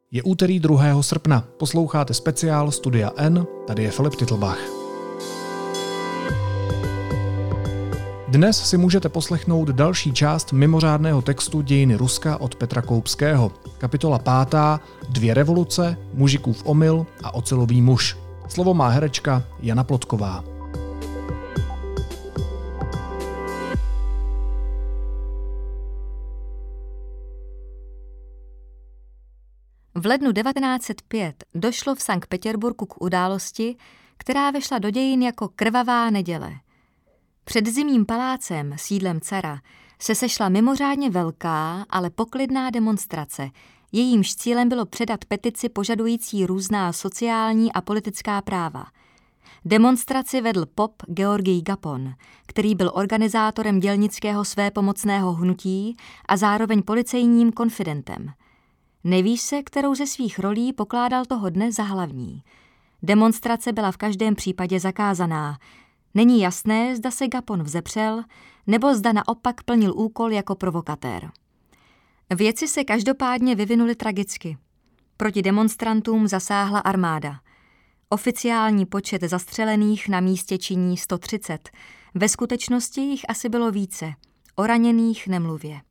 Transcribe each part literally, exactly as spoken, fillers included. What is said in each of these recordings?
Je úterý druhého srpna, posloucháte speciál Studia N, tady je Filip Titlbach. Dnes si můžete poslechnout další část mimořádného textu Dějiny Ruska od Petra Koupského. Kapitola pátá, Dvě revoluce, Mužikův omyl a ocelový muž. Slovo má herečka Jana Plotková. V lednu devatenáct set pět došlo v Sankt Petěrburgu k události, která vešla do dějin jako krvavá neděle. Před Zimním palácem, sídlem cara, se sešla mimořádně velká, ale poklidná demonstrace, jejímž cílem bylo předat petici požadující různá sociální a politická práva. Demonstraci vedl pop Georgij Gapon, který byl organizátorem dělnického svépomocného hnutí a zároveň policejním konfidentem. Neví se, kterou ze svých rolí pokládal toho dne za hlavní. Demonstrace byla v každém případě zakázaná. Není jasné, zda se Gapon vzepřel, nebo zda naopak plnil úkol jako provokatér. Věci se každopádně vyvinuly tragicky. Proti demonstrantům zasáhla armáda. Oficiální počet zastřelených na místě činí sto třicet. Ve skutečnosti jich asi bylo více. O raněných nemluvě.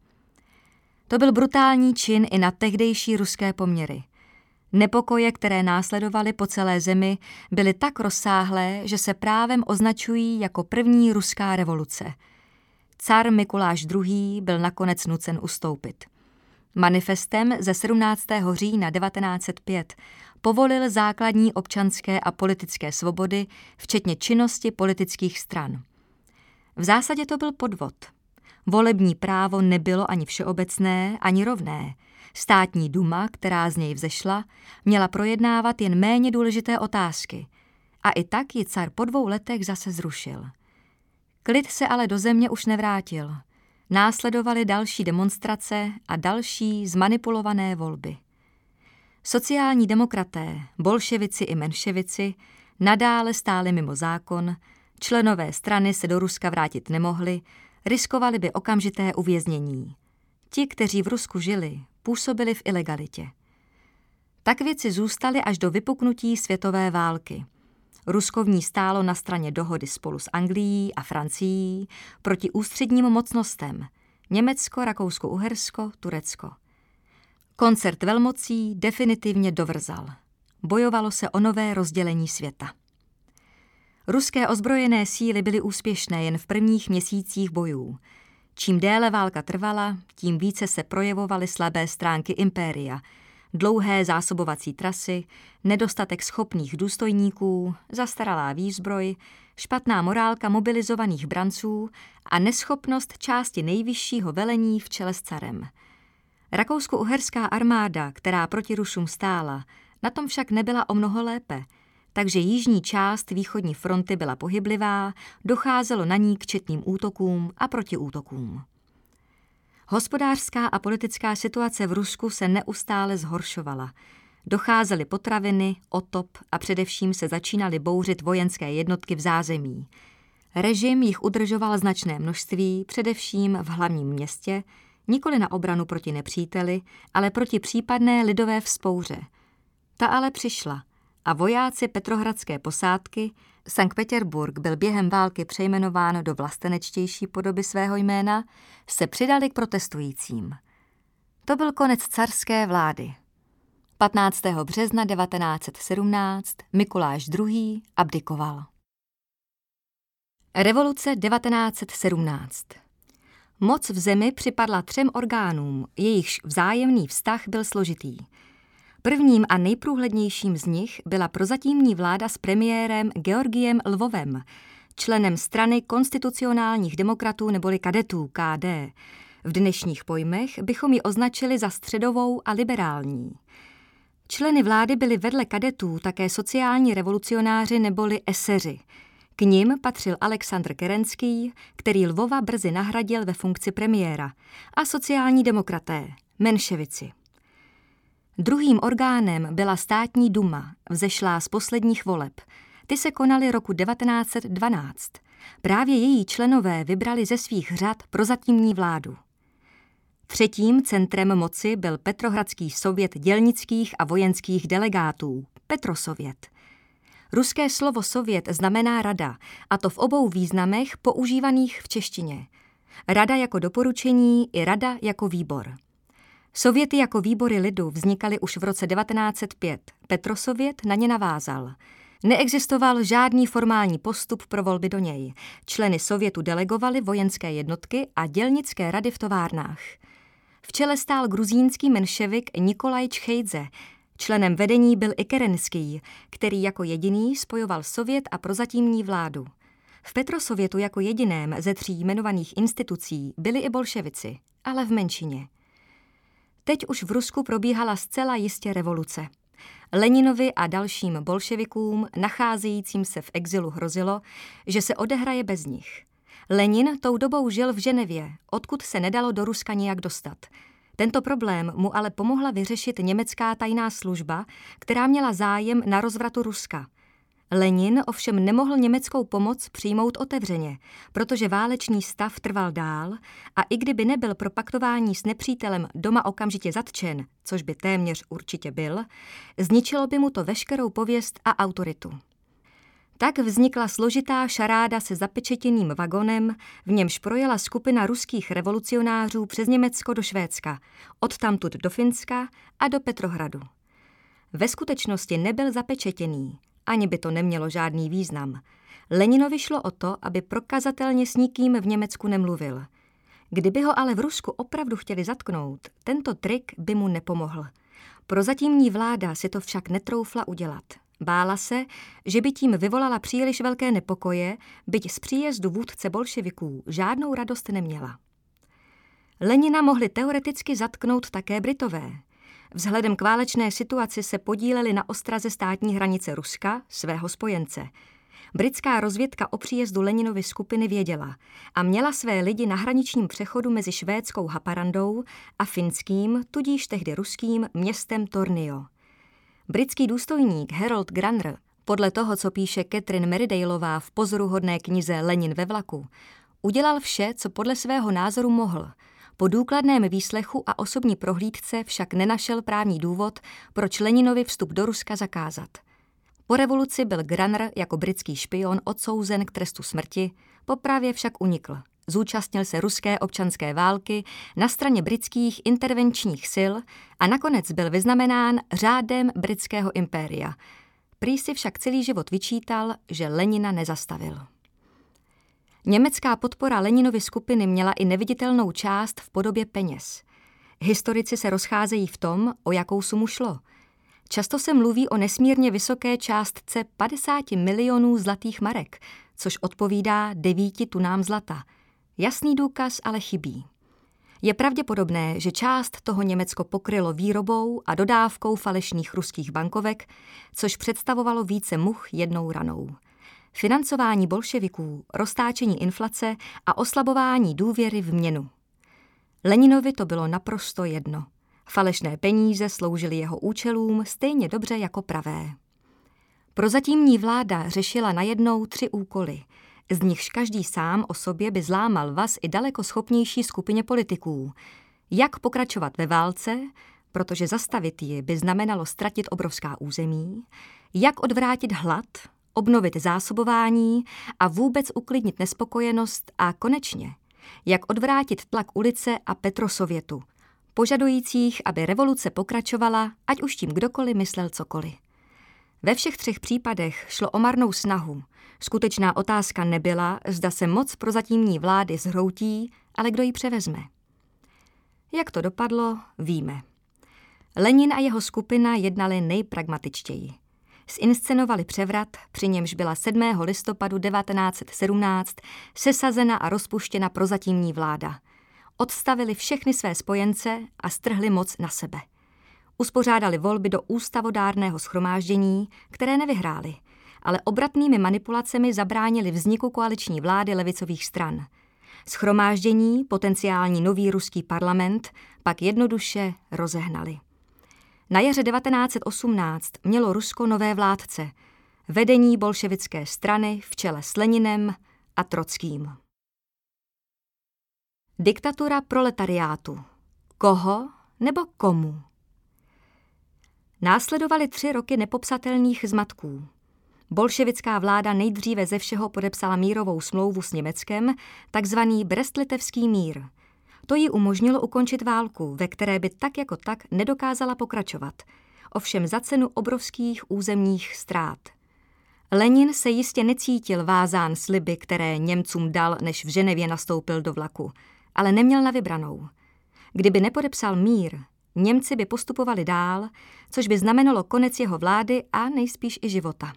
To byl brutální čin i na tehdejší ruské poměry. Nepokoje, které následovaly po celé zemi, byly tak rozsáhlé, že se právem označují jako první ruská revoluce. Car Mikuláš druhý. Byl nakonec nucen ustoupit. Manifestem ze sedmnáctého října devatenáct set pět povolil základní občanské a politické svobody, včetně činnosti politických stran. V zásadě to byl podvod. Volební právo nebylo ani všeobecné, ani rovné. Státní duma, která z něj vzešla, měla projednávat jen méně důležité otázky. A i tak ji car po dvou letech zase zrušil. Klid se ale do země už nevrátil. Následovaly další demonstrace a další zmanipulované volby. Sociální demokraté, bolševici i menševici nadále stáli mimo zákon, členové strany se do Ruska vrátit nemohli, riskovali by okamžité uvěznění. Ti, kteří v Rusku žili, působili v ilegalitě. Tak věci zůstaly až do vypuknutí světové války. Rusko v ní stálo na straně dohody spolu s Anglií a Francií proti ústředním mocnostem Německo, Rakousko-Uhersko, Turecko. Koncert velmocí definitivně dovrzal. Bojovalo se o nové rozdělení světa. Ruské ozbrojené síly byly úspěšné jen v prvních měsících bojů. Čím déle válka trvala, tím více se projevovaly slabé stránky impéria, dlouhé zásobovací trasy, nedostatek schopných důstojníků, zastaralá výzbroj, špatná morálka mobilizovaných branců a neschopnost části nejvyššího velení v čele s carem. Rakousko-uherská armáda, která proti Rusům stála, na tom však nebyla o mnoho lépe, takže jižní část východní fronty byla pohyblivá, docházelo na ní k četným útokům a protiútokům. Hospodářská a politická situace v Rusku se neustále zhoršovala. Docházely potraviny, otop a především se začínaly bouřit vojenské jednotky v zázemí. Režim jich udržoval značné množství, především v hlavním městě, nikoli na obranu proti nepříteli, ale proti případné lidové vzpouře. Ta ale přišla. A vojáci petrohradské posádky, Sankt Petěrburg byl během války přejmenován do vlastenečtější podoby svého jména, se přidali k protestujícím. To byl konec carské vlády. patnáctého března devatenáct set sedmnáct Mikuláš druhý. abdikoval. Revoluce devatenáct set sedmnáct. Moc v zemi připadla třem orgánům, jejichž vzájemný vztah byl složitý. Prvním a nejprůhlednějším z nich byla prozatímní vláda s premiérem Georgijem Lvovem, členem strany konstitucionálních demokratů neboli kadetů K D. V dnešních pojmech bychom ji označili za středovou a liberální. Členy vlády byli vedle kadetů také sociální revolucionáři neboli eseři. K nim patřil Alexandr Kerenský, který Lvova brzy nahradil ve funkci premiéra, a sociální demokraté, menševici. Druhým orgánem byla státní duma, vzešlá z posledních voleb. Ty se konaly roku devatenáct set dvanáct. Právě její členové vybrali ze svých řad prozatímní vládu. Třetím centrem moci byl Petrohradský sovět dělnických a vojenských delegátů, Petrosovět. Ruské slovo sovět znamená rada, a to v obou významech používaných v češtině. Rada jako doporučení i rada jako výbor. Sověty jako výbory lidu vznikaly už v roce devatenáct set pět. Petrosovět na ně navázal. Neexistoval žádný formální postup pro volby do něj. Členy sovětu delegovaly vojenské jednotky a dělnické rady v továrnách. V čele stál gruzínský menševik Nikolaj Čchejdze. Členem vedení byl i Kerenský, který jako jediný spojoval sovět a prozatímní vládu. V Petrosovětu jako jediném ze tří jmenovaných institucí byli i bolševici, ale v menšině. Teď už v Rusku probíhala zcela jistě revoluce. Leninovi a dalším bolševikům, nacházejícím se v exilu, hrozilo, že se odehraje bez nich. Lenin tou dobou žil v Ženevě, odkud se nedalo do Ruska nijak dostat. Tento problém mu ale pomohla vyřešit německá tajná služba, která měla zájem na rozvratu Ruska. Lenin ovšem nemohl německou pomoc přijmout otevřeně, protože válečný stav trval dál a i kdyby nebyl pro paktování s nepřítelem doma okamžitě zatčen, což by téměř určitě byl, zničilo by mu to veškerou pověst a autoritu. Tak vznikla složitá šaráda se zapečetěným vagonem, v němž projela skupina ruských revolucionářů přes Německo do Švédska, odtamtud do Finska a do Petrohradu. Ve skutečnosti nebyl zapečetěný, ani by to nemělo žádný význam. Leninovi šlo o to, aby prokazatelně s nikým v Německu nemluvil. Kdyby ho ale v Rusku opravdu chtěli zatknout, tento trik by mu nepomohl. Prozatímní vláda si to však netroufla udělat. Bála se, že by tím vyvolala příliš velké nepokoje, byť z příjezdu vůdce bolševiků žádnou radost neměla. Lenina mohli teoreticky zatknout také Britové. Vzhledem k válečné situaci se podíleli na ostraze státní hranice Ruska, svého spojence. Britská rozvědka o příjezdu Leninovy skupiny věděla a měla své lidi na hraničním přechodu mezi švédskou Haparandou a finským, tudíž tehdy ruským, městem Tornio. Britský důstojník Harold Granner, podle toho, co píše Catherine Merridaleová v pozoruhodné knize Lenin ve vlaku, udělal vše, co podle svého názoru mohl. Po důkladném výslechu a osobní prohlídce však nenašel právní důvod, proč Leninovi vstup do Ruska zakázat. Po revoluci byl Granner jako britský špion odsouzen k trestu smrti, po právě však unikl. Zúčastnil se ruské občanské války na straně britských intervenčních sil a nakonec byl vyznamenán řádem britského impéria. Prý si však celý život vyčítal, že Lenina nezastavil. Německá podpora Leninovy skupiny měla i neviditelnou část v podobě peněz. Historici se rozcházejí v tom, o jakou sumu šlo. Často se mluví o nesmírně vysoké částce padesát milionů zlatých marek, což odpovídá devíti tunám zlata. Jasný důkaz ale chybí. Je pravděpodobné, že část toho Německo pokrylo výrobou a dodávkou falešných ruských bankovek, což představovalo více much jednou ranou. Financování bolševiků, roztáčení inflace a oslabování důvěry v měnu. Leninovi to bylo naprosto jedno. Falešné peníze sloužily jeho účelům stejně dobře jako pravé. Prozatímní vláda řešila najednou tři úkoly, z nichž každý sám o sobě by zlámal vaz i daleko schopnější skupině politiků. Jak pokračovat ve válce, protože zastavit ji by znamenalo ztratit obrovská území, jak odvrátit hlad, obnovit zásobování a vůbec uklidnit nespokojenost a konečně, jak odvrátit tlak ulice a Petrosovětu, požadujících, aby revoluce pokračovala, ať už tím kdokoliv myslel cokoliv. Ve všech třech případech šlo o marnou snahu. Skutečná otázka nebyla, zda se moc prozatímní vlády zhroutí, ale kdo ji převezme. Jak to dopadlo, víme. Lenin a jeho skupina jednali nejpragmatičtěji. Zinscenovali převrat, při němž byla sedmého listopadu devatenáct set sedmnáct sesazena a rozpuštěna prozatímní vláda. Odstavili všechny své spojence a strhli moc na sebe. Uspořádali volby do ústavodárného shromáždění, které nevyhráli, ale obratnými manipulacemi zabránili vzniku koaliční vlády levicových stran. Shromáždění, potenciální nový ruský parlament, pak jednoduše rozehnali. Na jaře devatenáct set osmnáct mělo Rusko nové vládce, vedení bolševické strany v čele s Leninem a Trockým. Diktatura proletariátu. Koho nebo komu? Následovaly tři roky nepopsatelných zmatků. Bolševická vláda nejdříve ze všeho podepsala mírovou smlouvu s Německem, takzvaný Brest-Litevský mír. To jí umožnilo ukončit válku, ve které by tak jako tak nedokázala pokračovat, ovšem za cenu obrovských územních ztrát. Lenin se jistě necítil vázán sliby, které Němcům dal, než v Ženevě nastoupil do vlaku, ale neměl na vybranou. Kdyby nepodepsal mír, Němci by postupovali dál, což by znamenalo konec jeho vlády a nejspíš i života.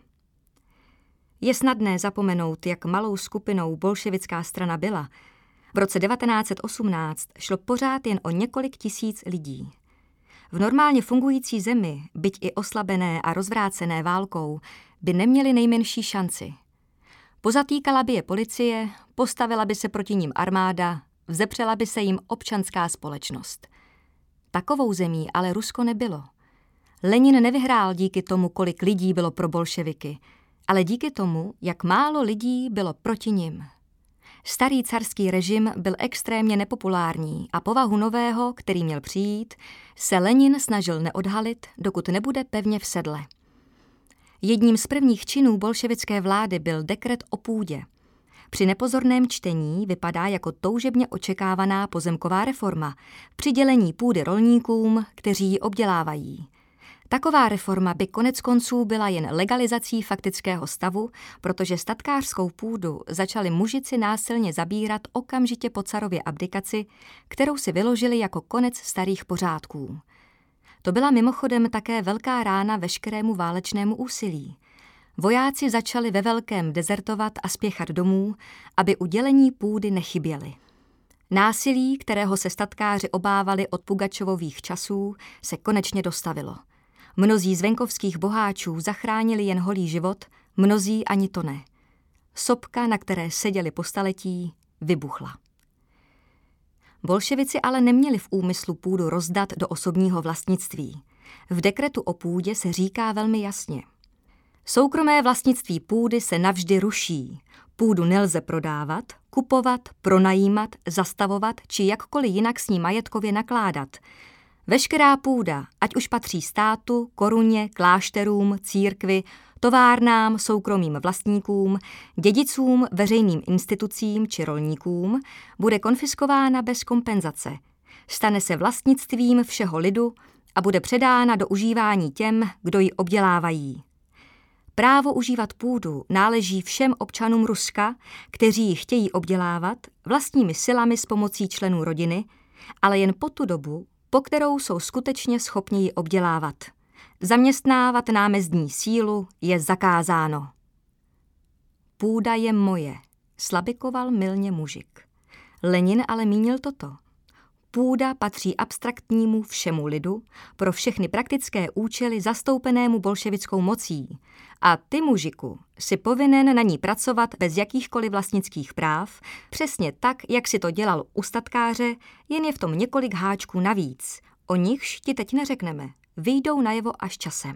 Je snadné zapomenout, jak malou skupinou bolševická strana byla. V roce devatenáct set osmnáct šlo pořád jen o několik tisíc lidí. V normálně fungující zemi, byť i oslabené a rozvrácené válkou, by neměli nejmenší šanci. Pozatýkala by je policie, postavila by se proti nim armáda, vzepřela by se jim občanská společnost. Takovou zemí ale Rusko nebylo. Lenin nevyhrál díky tomu, kolik lidí bylo pro bolševiky, ale díky tomu, jak málo lidí bylo proti nim. Starý carský režim byl extrémně nepopulární a povahu nového, který měl přijít, se Lenin snažil neodhalit, dokud nebude pevně v sedle. Jedním z prvních činů bolševické vlády byl dekret o půdě. Při nepozorném čtení vypadá jako toužebně očekávaná pozemková reforma, přidělení půdy rolníkům, kteří ji obdělávají. Taková reforma by koneckonců byla jen legalizací faktického stavu, protože statkářskou půdu začali mužici násilně zabírat okamžitě po carově abdikaci, kterou si vyložili jako konec starých pořádků. To byla mimochodem také velká rána veškerému válečnému úsilí. Vojáci začali ve velkém dezertovat a spěchat domů, aby udělení půdy nechyběly. Násilí, kterého se statkáři obávali od Pugačovových časů, se konečně dostavilo. Mnozí z venkovských boháčů zachránili jen holý život, mnozí ani to ne. Sopka, na které seděli po staletí, vybuchla. Bolševici ale neměli v úmyslu půdu rozdat do osobního vlastnictví. V dekretu o půdě se říká velmi jasně. Soukromé vlastnictví půdy se navždy ruší. Půdu nelze prodávat, kupovat, pronajímat, zastavovat či jakkoliv jinak s ní majetkově nakládat. Veškerá půda, ať už patří státu, koruně, klášterům, církvi, továrnám, soukromým vlastníkům, dědicům, veřejným institucím či rolníkům, bude konfiskována bez kompenzace. Stane se vlastnictvím všeho lidu a bude předána do užívání těm, kdo ji obdělávají. Právo užívat půdu náleží všem občanům Ruska, kteří ji chtějí obdělávat vlastními silami s pomocí členů rodiny, ale jen po tu dobu, po kterou jsou skutečně schopni ji obdělávat. Zaměstnávat námezdní sílu je zakázáno. Půda je moje, slabikoval mylně mužik. Lenin ale mínil toto. Půda patří abstraktnímu všemu lidu, pro všechny praktické účely zastoupenému bolševickou mocí. A ty, mužiku, si povinen na ní pracovat bez jakýchkoliv vlastnických práv, přesně tak, jak si to dělal u statkáře, jen je v tom několik háčků navíc. O nichž ti teď neřekneme, vyjdou najevo až časem.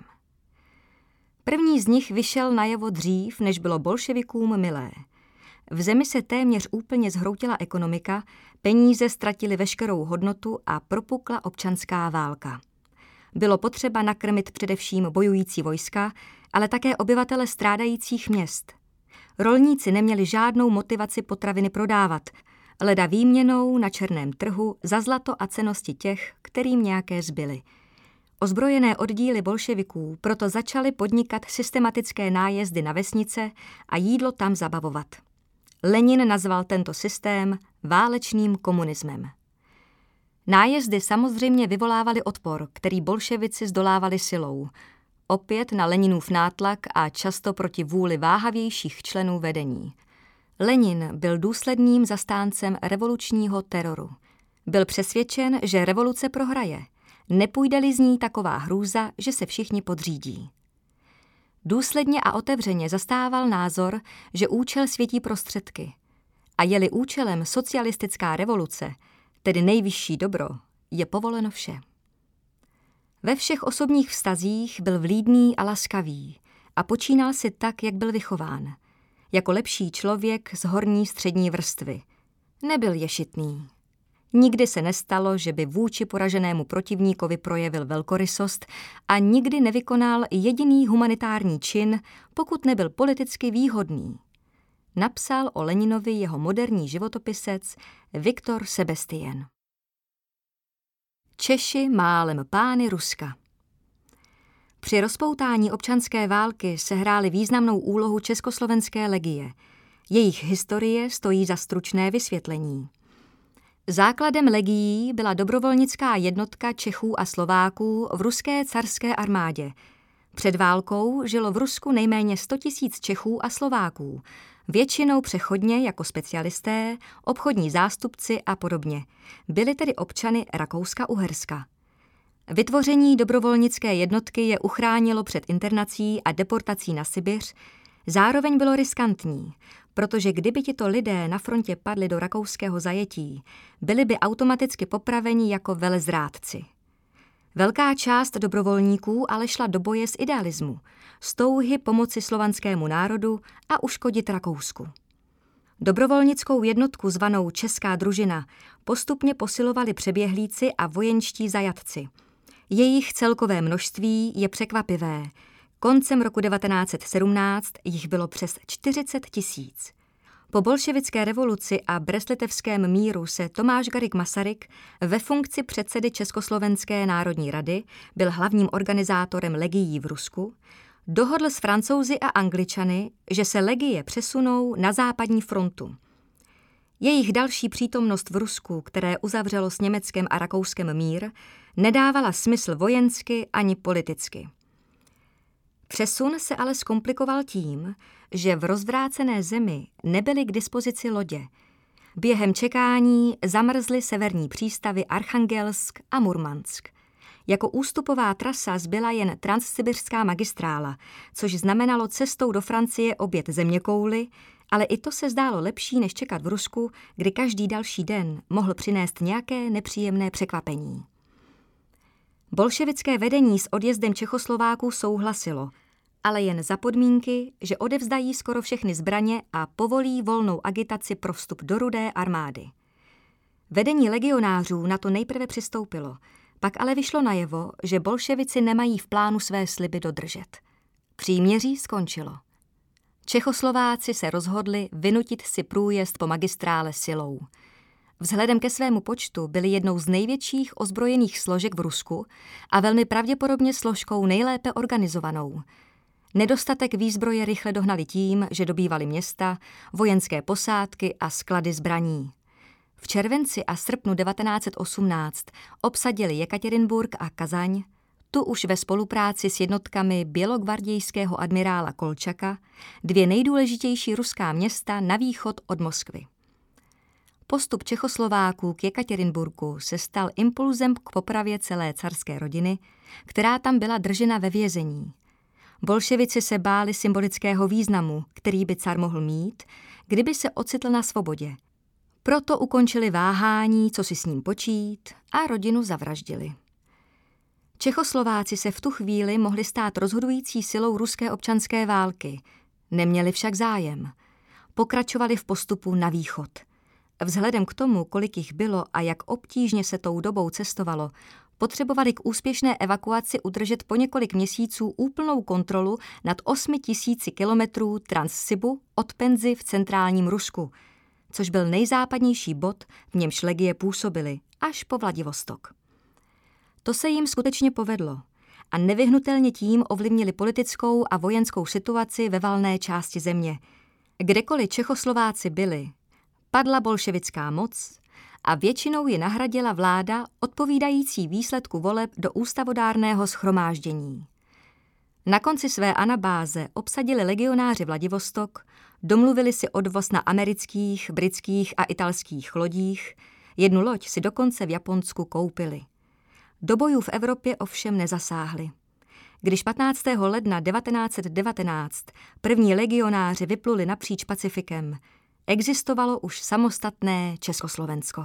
První z nich vyšel najevo dřív, než bylo bolševikům milé. V zemi se téměř úplně zhroutila ekonomika, peníze ztratily veškerou hodnotu a propukla občanská válka. Bylo potřeba nakrmit především bojující vojska, ale také obyvatele strádajících měst. Rolníci neměli žádnou motivaci potraviny prodávat, leda výměnou na černém trhu za zlato a cennosti těch, kterým nějaké zbyly. Ozbrojené oddíly bolševiků proto začaly podnikat systematické nájezdy na vesnice a jídlo tam zabavovat. Lenin nazval tento systém válečným komunismem. Nájezdy samozřejmě vyvolávaly odpor, který bolševici zdolávali silou. Opět na Leninův nátlak a často proti vůli váhavějších členů vedení. Lenin byl důsledným zastáncem revolučního teroru. Byl přesvědčen, že revoluce prohraje. Nepůjde-li z ní taková hrůza, že se všichni podřídí. Důsledně a otevřeně zastával názor, že účel světí prostředky. A je-li účelem socialistická revoluce, tedy nejvyšší dobro, je povoleno vše. Ve všech osobních vztazích byl vlídný a laskavý a počínal si tak, jak byl vychován. Jako lepší člověk z horní střední vrstvy. Nebyl ješitný. Nikdy se nestalo, že by vůči poraženému protivníkovi projevil velkorysost a nikdy nevykonal jediný humanitární čin, pokud nebyl politicky výhodný. Napsal o Leninovi jeho moderní životopisec Viktor Sebestyen. Češi málem pány Ruska. Při rozpoutání občanské války sehrály významnou úlohu Československé legie. Jejich historie stojí za stručné vysvětlení. Základem legií byla dobrovolnická jednotka Čechů a Slováků v ruské carské armádě. Před válkou žilo v Rusku nejméně sto tisíc Čechů a Slováků, většinou přechodně jako specialisté, obchodní zástupci a podobně. Byli tedy občany Rakouska-Uherska. Vytvoření dobrovolnické jednotky je uchránilo před internací a deportací na Sibiř, zároveň bylo riskantní, protože kdyby tito lidé na frontě padli do rakouského zajetí, byli by automaticky popraveni jako velezrádci. Velká část dobrovolníků ale šla do boje z idealismu, z touhy pomoci slovanskému národu a uškodit Rakousku. Dobrovolnickou jednotku zvanou Česká družina postupně posilovali přeběhlíci a vojenští zajatci. Jejich celkové množství je překvapivé. Koncem roku devatenáct set sedmnáct jich bylo přes čtyřicet tisíc. Po bolševické revoluci a breslitevském míru se Tomáš Garrigue Masaryk ve funkci předsedy Československé národní rady byl hlavním organizátorem legií v Rusku, dohodl s Francouzi a Angličany, že se legie přesunou na západní frontu. Jejich další přítomnost v Rusku, které uzavřelo s Německem a Rakouskem mír, nedávala smysl vojensky ani politicky. Přesun se ale zkomplikoval tím, že v rozvrácené zemi nebyly k dispozici lodě. Během čekání zamrzly severní přístavy Archangelsk a Murmansk. Jako ústupová trasa zbyla jen transsibiřská magistrála, což znamenalo cestou do Francie obět zeměkouly, ale i to se zdálo lepší, než čekat v Rusku, kdy každý další den mohl přinést nějaké nepříjemné překvapení. Bolševické vedení s odjezdem Čechoslováků souhlasilo, ale jen za podmínky, že odevzdají skoro všechny zbraně a povolí volnou agitaci pro vstup do Rudé armády. Vedení legionářů na to nejprve přistoupilo, pak ale vyšlo najevo, že bolševici nemají v plánu své sliby dodržet. Příměří skončilo. Čechoslováci se rozhodli vynutit si průjezd po magistrále silou. Vzhledem ke svému počtu byli jednou z největších ozbrojených složek v Rusku a velmi pravděpodobně složkou nejlépe organizovanou. Nedostatek výzbroje rychle dohnali tím, že dobývali města, vojenské posádky a sklady zbraní. V červenci a srpnu devatenáct set osmnáct obsadili Jekatěrinburg a Kazaň, tu už ve spolupráci s jednotkami bělogvardějského admirála Kolčaka, dvě nejdůležitější ruská města na východ od Moskvy. Postup Čechoslováků k Jekatěrinburgu se stal impulzem k popravě celé carské rodiny, která tam byla držena ve vězení. Bolševici se báli symbolického významu, který by car mohl mít, kdyby se ocitl na svobodě. Proto ukončili váhání, co si s ním počít, a rodinu zavraždili. Čechoslováci se v tu chvíli mohli stát rozhodující silou ruské občanské války. Neměli však zájem. Pokračovali v postupu na východ. Vzhledem k tomu, kolik jich bylo a jak obtížně se tou dobou cestovalo, potřebovali k úspěšné evakuaci udržet po několik měsíců úplnou kontrolu nad osmi tisíci kilometrů Transsibu od Penzy v centrálním Rusku, což byl nejzápadnější bod, v němž legie působily, až po Vladivostok. To se jim skutečně povedlo a nevyhnutelně tím ovlivnili politickou a vojenskou situaci ve valné části země. Kdekoliv Čechoslováci byli, padla bolševická moc a většinou ji nahradila vláda odpovídající výsledku voleb do ústavodárného shromáždění. Na konci své anabáze obsadili legionáři Vladivostok, domluvili si odvoz na amerických, britských a italských lodích, jednu loď si dokonce v Japonsku koupili. Do bojů v Evropě ovšem nezasáhli. Když patnáctého ledna devatenáct set devatenáct první legionáři vypluli napříč Pacifikem, existovalo už samostatné Československo.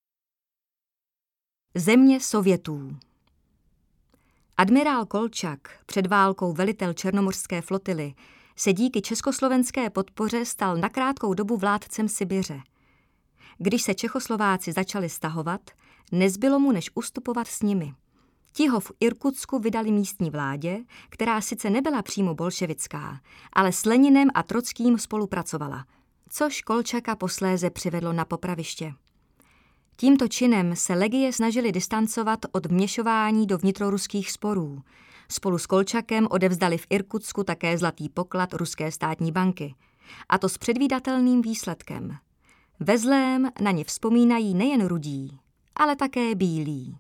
Země Sovětů. Admirál Kolčak, před válkou velitel černomořské flotily, se díky československé podpoře stal na krátkou dobu vládcem Sibiře. Když se Čechoslováci začali stahovat, nezbylo mu než ustupovat s nimi. Ti ho v Irkutsku vydali místní vládě, která sice nebyla přímo bolševická, ale s Leninem a Trockým spolupracovala, což Kolčaka posléze přivedlo na popraviště. Tímto činem se legie snažili distancovat od vměšování do vnitroruských sporů. Spolu s Kolčakem odevzdali v Irkutsku také zlatý poklad ruské státní banky. A to s předvídatelným výsledkem. Ve zlém na ně vzpomínají nejen rudí, ale také bílí.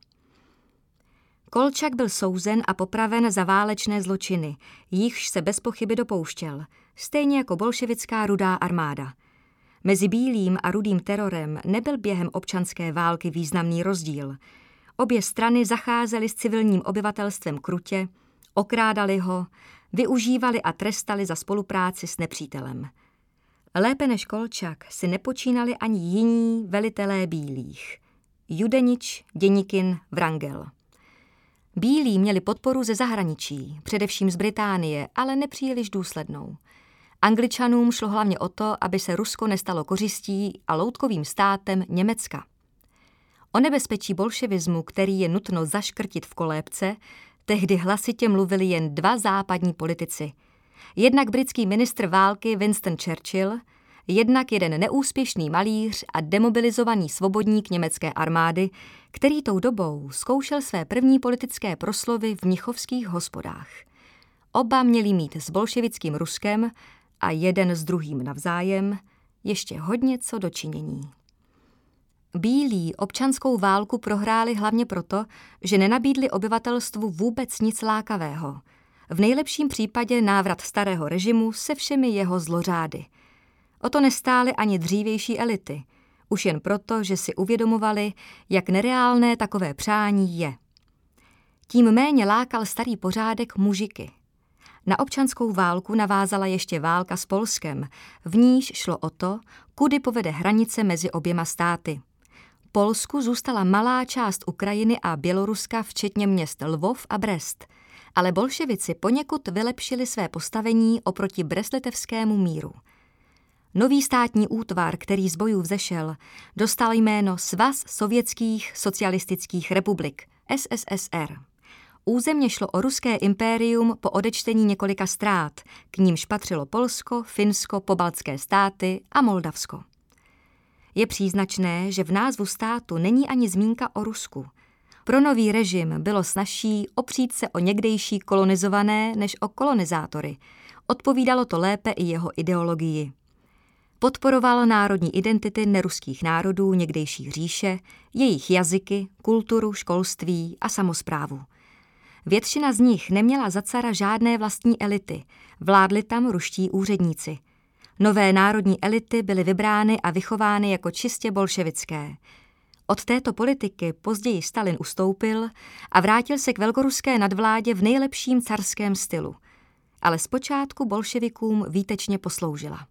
Kolčak byl souzen a popraven za válečné zločiny, jichž se bez pochyby dopouštěl, stejně jako bolševická rudá armáda. Mezi bílým a rudým terorem nebyl během občanské války významný rozdíl. Obě strany zacházely s civilním obyvatelstvem krutě, okrádali ho, využívali a trestali za spolupráci s nepřítelem. Lépe než Kolčak si nepočínali ani jiní velitelé bílých. Judenič, Děnikin, Wrangel. Bílí měli podporu ze zahraničí, především z Británie, ale nepříliš důslednou. Angličanům šlo hlavně o to, aby se Rusko nestalo kořistí a loutkovým státem Německa. O nebezpečí bolševismu, který je nutno zaškrtit v kolébce, tehdy hlasitě mluvili jen dva západní politici. Jednak britský ministr války Winston Churchill, jednak jeden neúspěšný malíř a demobilizovaný svobodník německé armády, který tou dobou zkoušel své první politické proslovy v mnichovských hospodách. Oba měli mít s bolševickým Ruskem a jeden s druhým navzájem ještě hodně co do činění. Bílí občanskou válku prohráli hlavně proto, že nenabídli obyvatelstvu vůbec nic lákavého. V nejlepším případě návrat starého režimu se všemi jeho zlořády. O to nestály ani dřívější elity, už jen proto, že si uvědomovali, jak nereálné takové přání je. Tím méně lákal starý pořádek mužiky. Na občanskou válku navázala ještě válka s Polskem, v níž šlo o to, kudy povede hranice mezi oběma státy. Polsku zůstala malá část Ukrajiny a Běloruska, včetně měst Lvov a Brest, ale bolševici poněkud vylepšili své postavení oproti breslitevskému míru. Nový státní útvar, který z bojů vzešel, dostal jméno Svaz sovětských socialistických republik, S S S R. Územně šlo o ruské impérium po odečtení několika ztrát, k nímž patřilo Polsko, Finsko, pobaltské státy a Moldavsko. Je příznačné, že v názvu státu není ani zmínka o Rusku. Pro nový režim bylo snazší opřít se o někdejší kolonizované než o kolonizátory. Odpovídalo to lépe i jeho ideologii. Podporoval národní identity neruských národů někdejší říše, jejich jazyky, kulturu, školství a samosprávu. Většina z nich neměla za cara žádné vlastní elity, vládli tam ruští úředníci. Nové národní elity byly vybrány a vychovány jako čistě bolševické. Od této politiky později Stalin ustoupil a vrátil se k velkoruské nadvládě v nejlepším carském stylu, ale zpočátku bolševikům výtečně posloužila.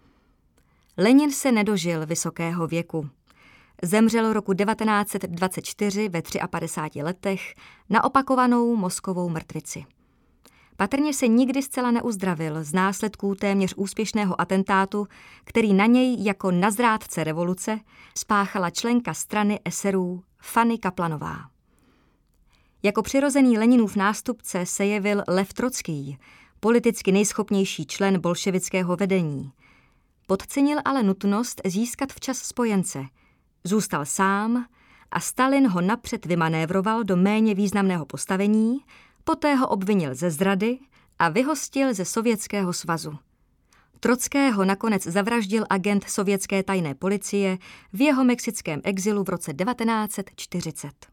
Lenin se nedožil vysokého věku. Zemřel roku devatenáct set dvacet čtyři ve padesát třech letech na opakovanou mozkovou mrtvici. Patrně se nikdy zcela neuzdravil z následků téměř úspěšného atentátu, který na něj jako na zrádce revoluce spáchala členka strany eserů Fanny Kaplanová. Jako přirozený Leninův nástupce se jevil Lev Trocký, politicky nejschopnější člen bolševického vedení. Podcenil ale nutnost získat včas spojence. Zůstal sám a Stalin ho napřed vymanévroval do méně významného postavení, poté ho obvinil ze zrady a vyhostil ze Sovětského svazu. Trockého nakonec zavraždil agent sovětské tajné policie v jeho mexickém exilu v roce devatenáct set čtyřicet.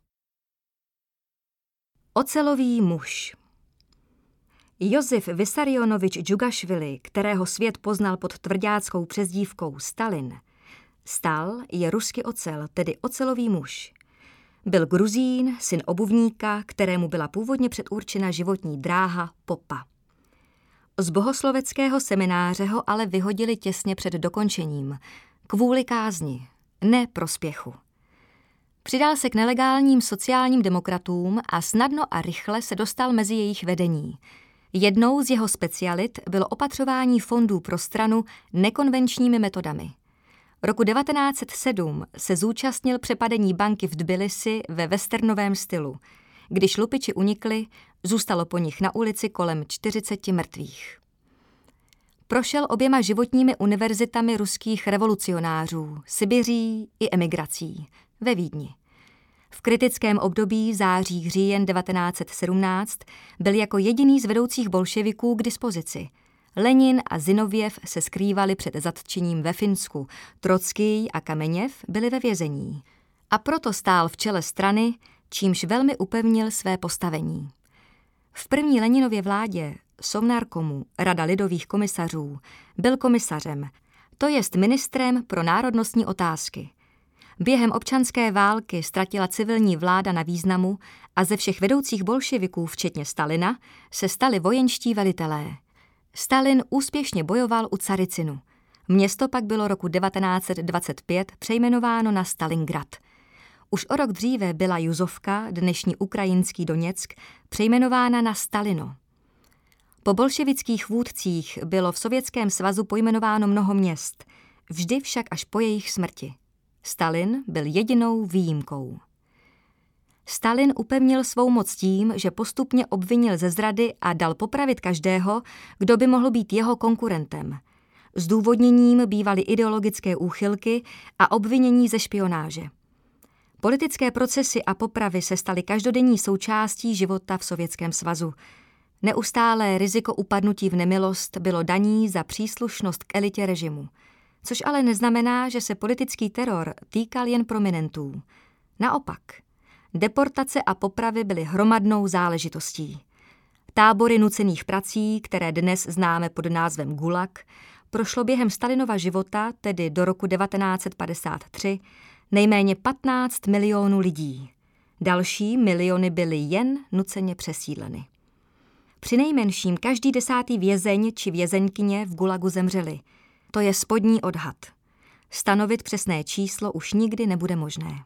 Ocelový muž. Josif Vissarionovič Džugašvili, kterého svět poznal pod tvrďáckou přezdívkou Stalin, Stal je rusky ocel, tedy ocelový muž. Byl Gruzín, syn obuvníka, kterému byla původně předurčena životní dráha popa. Z bohosloveckého semináře ho ale vyhodili těsně před dokončením, kvůli kázni, ne prospěchu. Přidal se k nelegálním sociálním demokratům a snadno a rychle se dostal mezi jejich vedení. Jednou z jeho specialit bylo opatřování fondů pro stranu nekonvenčními metodami. Roku devatenáct set sedm se zúčastnil přepadení banky v Tbilisi ve westernovém stylu. Když lupiči unikli, zůstalo po nich na ulici kolem čtyřiceti mrtvých. Prošel oběma životními univerzitami ruských revolucionářů, Sibiří i emigrací, ve Vídni. V kritickém období září říjen devatenáct set sedmnáct byl jako jediný z vedoucích bolševiků k dispozici. Lenin a Zinovjev se skrývali před zatčením ve Finsku, Trockij a Kameněv byli ve vězení. A proto stál v čele strany, čímž velmi upevnil své postavení. V první Leninově vládě Sovnarkomu, Rada lidových komisařů, byl komisařem, to jest ministrem pro národnostní otázky. Během občanské války ztratila civilní vláda na významu a ze všech vedoucích bolševiků, včetně Stalina, se stali vojenští velitelé. Stalin úspěšně bojoval u Caricinu. Město pak bylo roku devatenáct set dvacet pět přejmenováno na Stalingrad. Už o rok dříve byla Juzovka, dnešní ukrajinský Doněck, přejmenována na Stalino. Po bolševických vůdcích bylo v Sovětském svazu pojmenováno mnoho měst, vždy však až po jejich smrti. Stalin byl jedinou výjimkou. Stalin upevnil svou moc tím, že postupně obvinil ze zrady a dal popravit každého, kdo by mohl být jeho konkurentem. Zdůvodněním bývaly ideologické úchylky a obvinění ze špionáže. Politické procesy a popravy se staly každodenní součástí života v Sovětském svazu. Neustálé riziko upadnutí v nemilost bylo daní za příslušnost k elitě režimu. Což ale neznamená, že se politický teror týkal jen prominentů. Naopak, deportace a popravy byly hromadnou záležitostí. Tábory nucených prací, které dnes známe pod názvem Gulag, prošlo během Stalinova života, tedy do roku devatenáct set padesát tři, nejméně patnáct milionů lidí. Další miliony byly jen nuceně přesídleny. Přinejmenším každý desátý vězeň či vězeňkyně v Gulagu zemřeli. To je spodní odhad. Stanovit přesné číslo už nikdy nebude možné.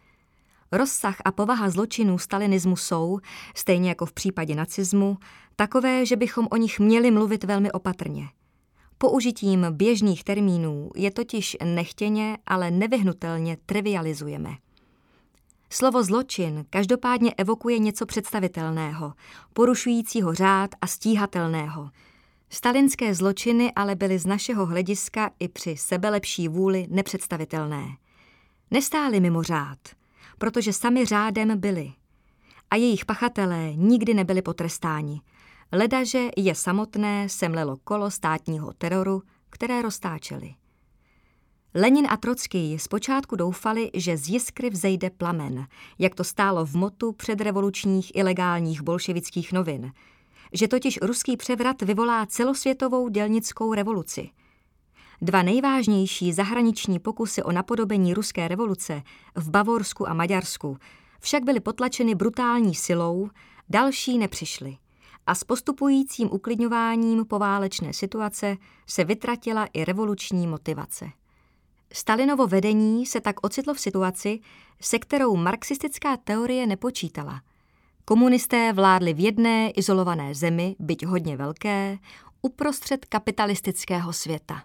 Rozsah a povaha zločinů stalinismu jsou, stejně jako v případě nacismu, takové, že bychom o nich měli mluvit velmi opatrně. Použitím běžných termínů je totiž nechtěně, ale nevyhnutelně trivializujeme. Slovo zločin každopádně evokuje něco představitelného, porušujícího řád a stíhatelného. Stalinské zločiny ale byly z našeho hlediska i při sebelepší vůli nepředstavitelné. Nestály mimo řád, protože sami řádem byli. A jejich pachatelé nikdy nebyli potrestáni. Ledaže je samotné semlelo kolo státního teroru, které roztáčeli. Lenin a Trockij zpočátku doufali, že z jiskry vzejde plamen, jak to stálo v motu předrevolučních ilegálních bolševických novin, že totiž ruský převrat vyvolá celosvětovou dělnickou revoluci. Dva nejvážnější zahraniční pokusy o napodobení ruské revoluce v Bavorsku a Maďarsku však byly potlačeny brutální silou, další nepřišly. A s postupujícím uklidňováním poválečné situace se vytratila i revoluční motivace. Stalinovo vedení se tak ocitlo v situaci, se kterou marxistická teorie nepočítala. Komunisté vládli v jedné izolované zemi, byť hodně velké, uprostřed kapitalistického světa.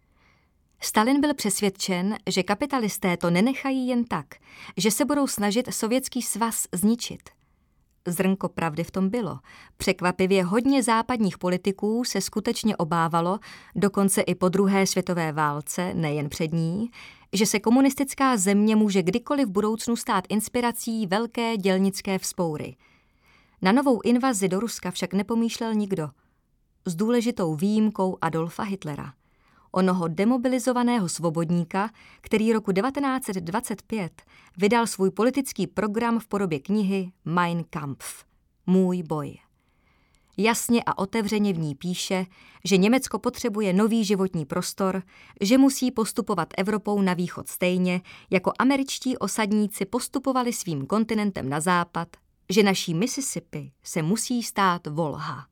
Stalin byl přesvědčen, že kapitalisté to nenechají jen tak, že se budou snažit Sovětský svaz zničit. Zrnko pravdy v tom bylo. Překvapivě hodně západních politiků se skutečně obávalo, dokonce i po druhé světové válce, nejen před ní, že se komunistická země může kdykoliv v budoucnu stát inspirací velké dělnické vzpoury. Na novou invazi do Ruska však nepomýšlel nikdo. S důležitou výjimkou Adolfa Hitlera. Onoho demobilizovaného svobodníka, který roku devatenáct set dvacet pět vydal svůj politický program v podobě knihy Mein Kampf, Můj boj. Jasně a otevřeně v ní píše, že Německo potřebuje nový životní prostor, že musí postupovat Evropou na východ stejně, jako američtí osadníci postupovali svým kontinentem na západ, že naší Mississippi se musí stát Volha.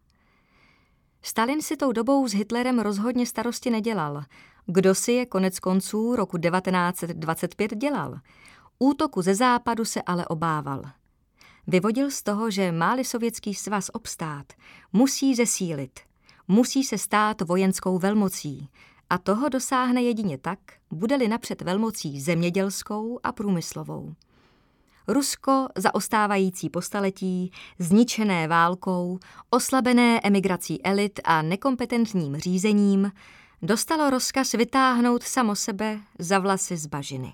Stalin si tou dobou s Hitlerem rozhodně starosti nedělal. Kdo si je konec konců roku devatenáct set dvacet pět dělal? Útoku ze západu se ale obával. Vyvodil z toho, že má-li Sovětský svaz obstát, musí zesílit, musí se stát vojenskou velmocí A toho dosáhne jedině tak, bude-li napřed velmocí zemědělskou a průmyslovou. Rusko, zaostávající po staletí, zničené válkou, oslabené emigrací elit a nekompetentním řízením, dostalo rozkaz vytáhnout samo sebe za vlasy z bažiny.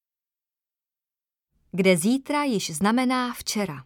Kde zítra již znamená včera.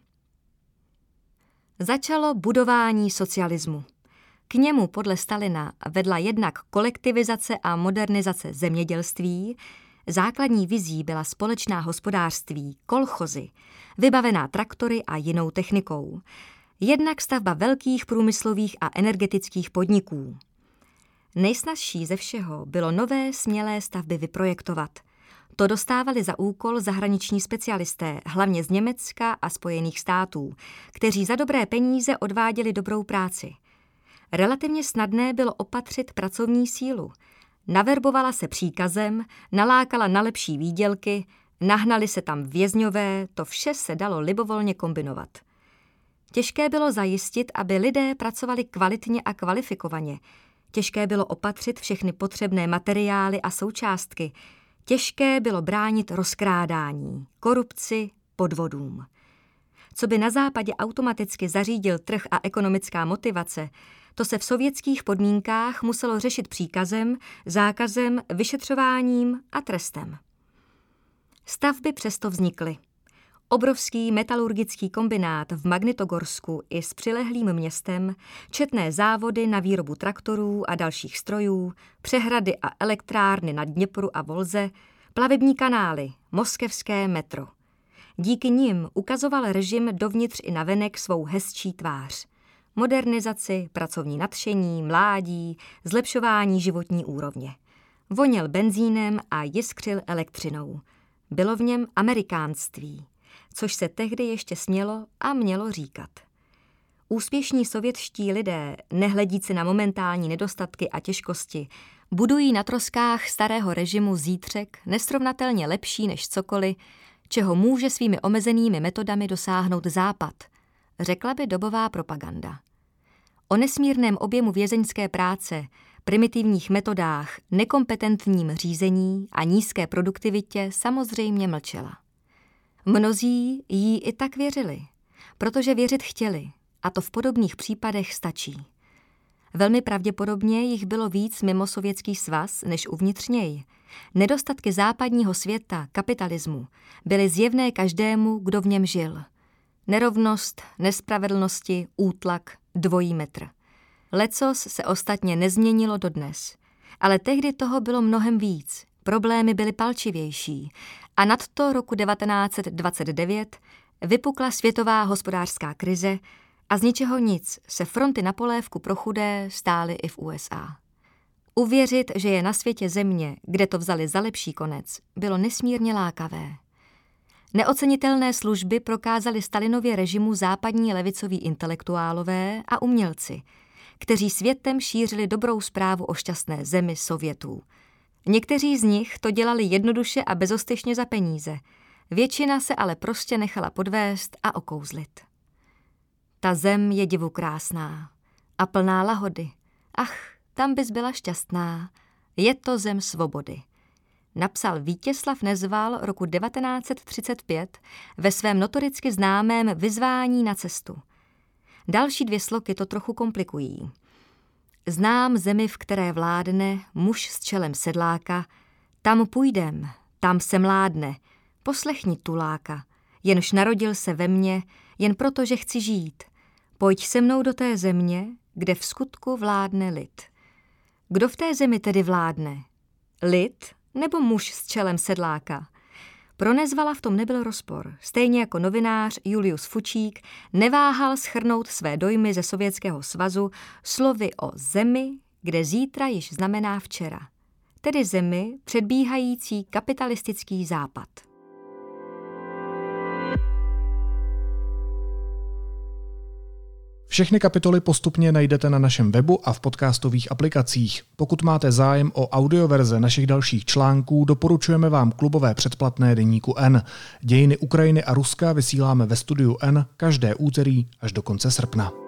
Začalo budování socialismu. K němu podle Stalina vedla jednak kolektivizace a modernizace zemědělství, základní vizí byla společná hospodářství, kolchozy, vybavená traktory a jinou technikou, jednak stavba velkých průmyslových a energetických podniků. Nejsnazší ze všeho bylo nové smělé stavby vyprojektovat. To dostávali za úkol zahraniční specialisté, hlavně z Německa a Spojených států, kteří za dobré peníze odváděli dobrou práci. Relativně snadné bylo opatřit pracovní sílu. Naverbovala se příkazem, nalákala na lepší výdělky, nahnali se tam vězňové, to vše se dalo libovolně kombinovat. Těžké bylo zajistit, aby lidé pracovali kvalitně a kvalifikovaně. Těžké bylo opatřit všechny potřebné materiály a součástky. Těžké bylo bránit rozkrádání, korupci, podvodům. Co by na západě automaticky zařídil trh a ekonomická motivace, to se v sovětských podmínkách muselo řešit příkazem, zákazem, vyšetřováním a trestem. Stavby přesto vznikly. Obrovský metalurgický kombinát v Magnitogorsku i s přilehlým městem, četné závody na výrobu traktorů a dalších strojů, přehrady a elektrárny na Dněpru a Volze, plavební kanály, moskevské metro. Díky nim ukazoval režim dovnitř i navenek svou hezčí tvář. Modernizaci, pracovní nadšení, mládí, zlepšování životní úrovně. Voněl benzínem a jiskřil elektřinou. Bylo v něm amerikánství, což se tehdy ještě smělo a mělo říkat. Úspěšní sovětští lidé, nehledíci na momentální nedostatky a těžkosti, budují na troskách starého režimu zítřek nesrovnatelně lepší než cokoliv, čeho může svými omezenými metodami dosáhnout Západ, řekla by dobová propaganda. O nesmírném objemu vězeňské práce, primitivních metodách, nekompetentním řízení a nízké produktivitě samozřejmě mlčela. Mnozí jí i tak věřili, protože věřit chtěli, a to v podobných případech stačí. Velmi pravděpodobně jich bylo víc mimo Sovětský svaz než uvnitř něj. Nedostatky západního světa, kapitalismu, byly zjevné každému, kdo v něm žil. Nerovnost, nespravedlnosti, útlak, dvojí metr. Lecos se ostatně nezměnilo dodnes. Ale tehdy toho bylo mnohem víc. Problémy byly palčivější. A nadto roku devatenáct set dvacet devět vypukla světová hospodářská krize a z ničeho nic se fronty na polévku pro chudé stály i v U S A. Uvěřit, že je na světě země, kde to vzali za lepší konec, bylo nesmírně lákavé. Neocenitelné služby prokázali Stalinově režimu západní levicoví intelektuálové a umělci, kteří světem šířili dobrou zprávu o šťastné zemi Sovětů. Někteří z nich to dělali jednoduše a bezostyšně za peníze, většina se ale prostě nechala podvést a okouzlit. Ta zem je divu krásná a plná lahody. Ach, tam bys byla šťastná, je to zem svobody. Napsal Vítězslav Nezval roku devatenáct set třicet pět ve svém notoricky známém Vyzvání na cestu. Další dvě sloky to trochu komplikují. Znám zemi, v které vládne muž s čelem sedláka, tam půjdem, tam se mládne, poslechni tuláka, jenž narodil se ve mně, jen proto, že chci žít. Pojď se mnou do té země, kde v skutku vládne lid. Kdo v té zemi tedy vládne? Lid nebo muž s čelem sedláka? Pro Nezvala v tom nebyl rozpor. Stejně jako novinář Julius Fučík neváhal shrnout své dojmy ze Sovětského svazu slovy o zemi, kde zítra již znamená včera. Tedy zemi předbíhající kapitalistický západ. Všechny kapitoly postupně najdete na našem webu a v podcastových aplikacích. Pokud máte zájem o audioverze našich dalších článků, doporučujeme vám klubové předplatné deníku N. Dějiny Ukrajiny a Ruska vysíláme ve studiu N každé úterý až do konce srpna.